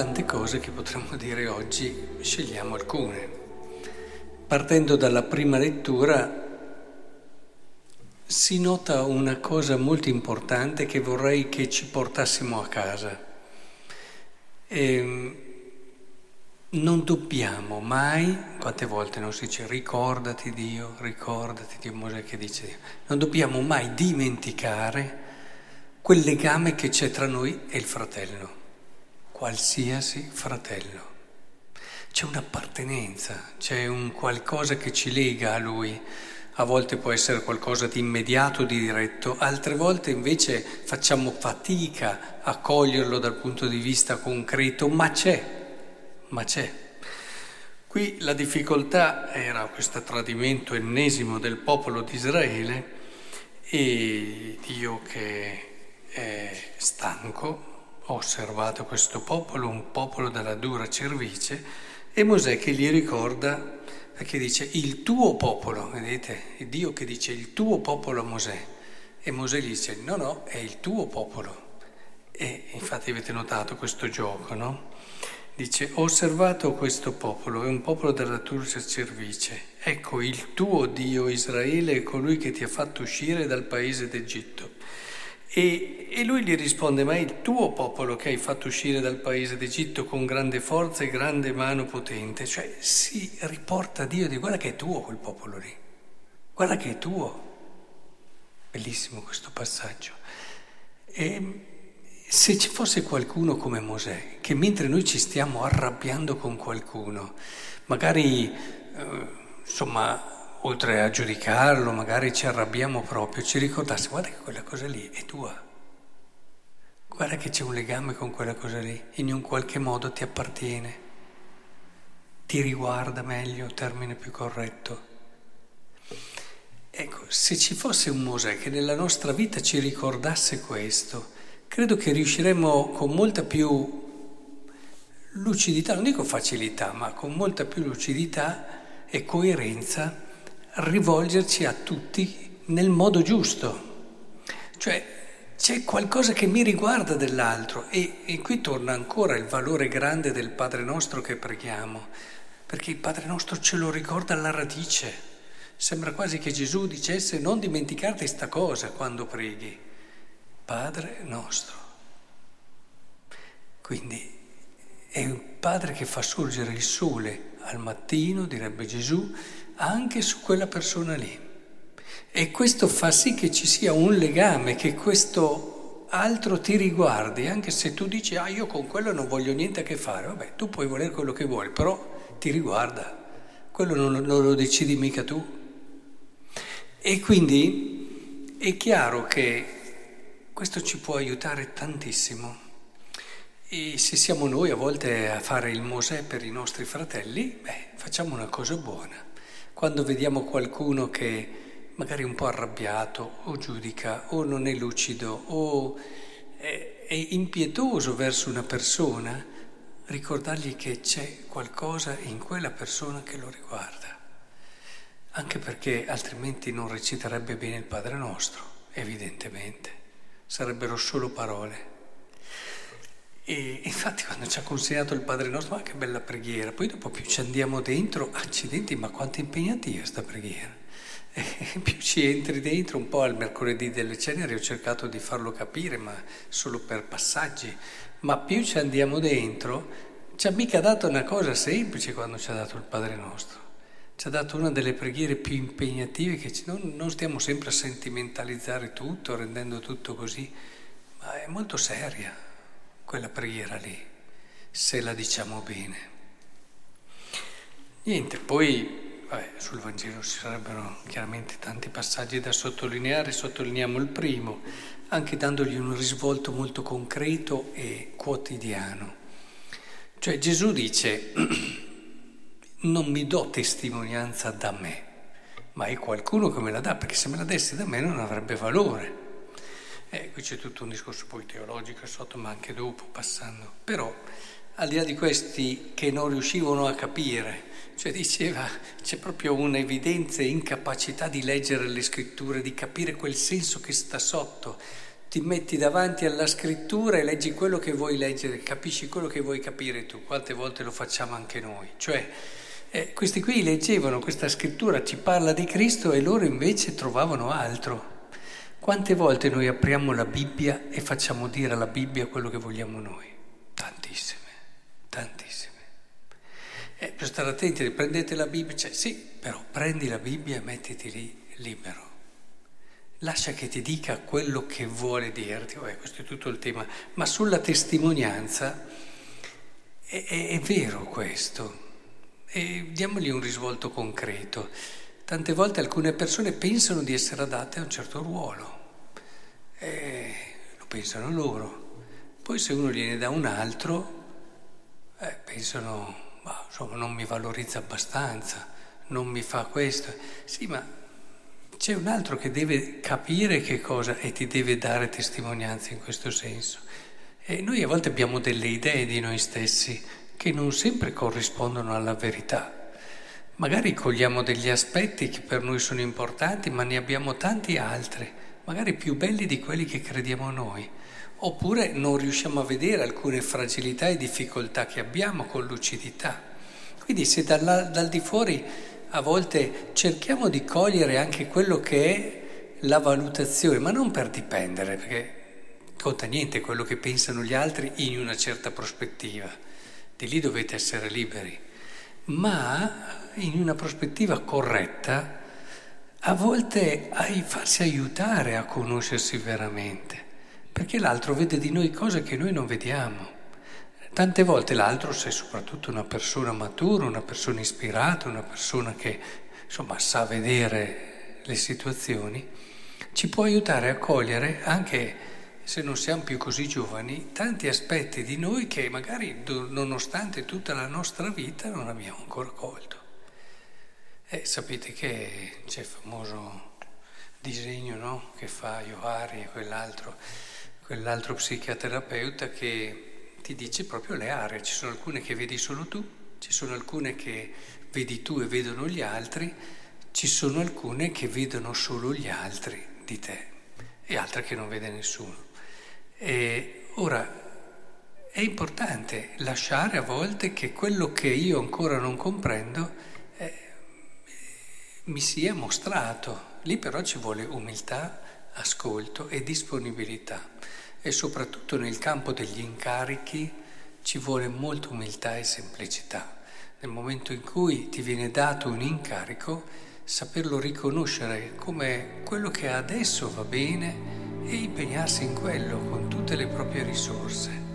tante cose che potremmo dire oggi, scegliamo alcune. Partendo dalla prima lettura si nota una cosa molto importante che vorrei che ci portassimo a casa. Non dobbiamo mai, quante volte non si dice ricordati Dio, Mosè che dice Dio, non dobbiamo mai dimenticare quel legame che c'è tra noi e il fratello, qualsiasi fratello. C'è un'appartenenza, c'è un qualcosa che ci lega a lui. A volte può essere qualcosa di immediato, di diretto, altre volte invece facciamo fatica a coglierlo dal punto di vista concreto, ma c'è. Qui la difficoltà era questo tradimento ennesimo del popolo di Israele e Dio che è stanco ha osservato questo popolo, un popolo dalla dura cervice, e Mosè che gli ricorda, perché dice il tuo popolo, vedete, è Dio che dice il tuo popolo a Mosè, e Mosè gli dice no, è il tuo popolo. E infatti avete notato questo gioco, no? Dice ho osservato questo popolo, è un popolo dalla dura cervice, ecco il tuo Dio Israele è colui che ti ha fatto uscire dal paese d'Egitto. E lui gli risponde, ma è il tuo popolo che hai fatto uscire dal paese d'Egitto con grande forza e grande mano potente. Cioè si riporta a Dio, di guarda che è tuo quel popolo lì, guarda che è tuo. Bellissimo questo passaggio. E se ci fosse qualcuno come Mosè, che mentre noi ci stiamo arrabbiando con qualcuno, magari, oltre a giudicarlo, magari ci arrabbiamo proprio, ci ricordasse, guarda che quella cosa lì è tua, guarda che c'è un legame con quella cosa lì, in un qualche modo ti appartiene, ti riguarda meglio, termine più corretto. Ecco, se ci fosse un Mosè che nella nostra vita ci ricordasse questo, credo che riusciremmo con molta più lucidità, non dico facilità, ma con molta più lucidità e coerenza rivolgerci a tutti nel modo giusto. Cioè c'è qualcosa che mi riguarda dell'altro e qui torna ancora il valore grande del Padre nostro che preghiamo, perché il Padre nostro ce lo ricorda alla radice. Sembra quasi che Gesù dicesse non dimenticarti sta cosa quando preghi. Padre nostro. Quindi è un Padre che fa sorgere il sole al mattino, direbbe Gesù, anche su quella persona lì. E questo fa sì che ci sia un legame, che questo altro ti riguardi, anche se tu dici, io con quello non voglio niente a che fare. Vabbè, tu puoi volere quello che vuoi, però ti riguarda. Quello non lo decidi mica tu. E quindi è chiaro che questo ci può aiutare tantissimo. E se siamo noi a volte a fare il Mosè per i nostri fratelli, facciamo una cosa buona. Quando vediamo qualcuno che magari è un po' arrabbiato o giudica o non è lucido o è impietoso verso una persona, ricordargli che c'è qualcosa in quella persona che lo riguarda. Anche perché altrimenti non reciterebbe bene il Padre nostro, evidentemente. Sarebbero solo parole. E infatti quando ci ha consegnato il Padre nostro, ma che bella preghiera, poi dopo più ci andiamo dentro, accidenti, ma quanto è impegnativa sta preghiera. E più ci entri dentro, un po' al mercoledì delle ceneri ho cercato di farlo capire, ma solo per passaggi, ma più ci andiamo dentro, ci ha mica dato una cosa semplice quando ci ha dato il Padre nostro. Ci ha dato una delle preghiere più impegnative, che non stiamo sempre a sentimentalizzare tutto, rendendo tutto così, ma è molto seria quella preghiera lì, se la diciamo bene. Niente, poi sul Vangelo ci sarebbero chiaramente tanti passaggi da sottolineare, sottolineiamo il primo, anche dandogli un risvolto molto concreto e quotidiano. Cioè Gesù dice, non mi do testimonianza da me, ma è qualcuno che me la dà, perché se me la desse da me non avrebbe valore. Qui c'è tutto un discorso poi teologico sotto, ma anche dopo, passando. Però, al di là di questi che non riuscivano a capire, cioè diceva, c'è proprio un'evidenza e incapacità di leggere le scritture, di capire quel senso che sta sotto. ti metti davanti alla scrittura e leggi quello che vuoi leggere, capisci quello che vuoi capire tu. Quante volte lo facciamo anche noi. Cioè, questi qui leggevano questa scrittura, ci parla di Cristo e loro invece trovavano altro. Quante volte noi apriamo la Bibbia e facciamo dire alla Bibbia quello che vogliamo noi? Tantissime, tantissime. Per stare attenti, prendete la Bibbia, cioè sì, però prendi la Bibbia e mettiti lì libero. Lascia che ti dica quello che vuole dirti. Questo è tutto il tema. Ma sulla testimonianza è vero questo. E diamogli un risvolto concreto. Tante volte alcune persone pensano di essere adatte a un certo ruolo. Lo pensano loro. Poi se uno gliene dà un altro, pensano, insomma, non mi valorizza abbastanza, non mi fa questo. Sì, ma c'è un altro che deve capire che cosa e ti deve dare testimonianza in questo senso. E noi a volte abbiamo delle idee di noi stessi che non sempre corrispondono alla verità. Magari cogliamo degli aspetti che per noi sono importanti, ma ne abbiamo tanti altri, magari più belli di quelli che crediamo noi. Oppure non riusciamo a vedere alcune fragilità e difficoltà che abbiamo con lucidità. Quindi se dal di fuori a volte cerchiamo di cogliere anche quello che è la valutazione, ma non per dipendere, perché conta niente quello che pensano gli altri in una certa prospettiva. Di lì dovete essere liberi. Ma in una prospettiva corretta, a volte farsi aiutare a conoscersi veramente, perché l'altro vede di noi cose che noi non vediamo. Tante volte l'altro, se è soprattutto una persona matura, una persona ispirata, una persona che insomma sa vedere le situazioni, ci può aiutare a cogliere anche, se non siamo più così giovani, tanti aspetti di noi che magari nonostante tutta la nostra vita non abbiamo ancora colto. Sapete che c'è il famoso disegno, no? Che fa Johari e quell'altro psicoterapeuta che ti dice proprio le aree. Ci sono alcune che vedi solo tu, ci sono alcune che vedi tu e vedono gli altri, ci sono alcune che vedono solo gli altri di te e altre che non vede nessuno. E ora è importante lasciare a volte che quello che io ancora non comprendo mi sia mostrato. Lì però ci vuole umiltà, ascolto e disponibilità. E soprattutto nel campo degli incarichi ci vuole molta umiltà e semplicità. Nel momento in cui ti viene dato un incarico, saperlo riconoscere come quello che adesso va bene e impegnarsi in quello con tutte le proprie risorse.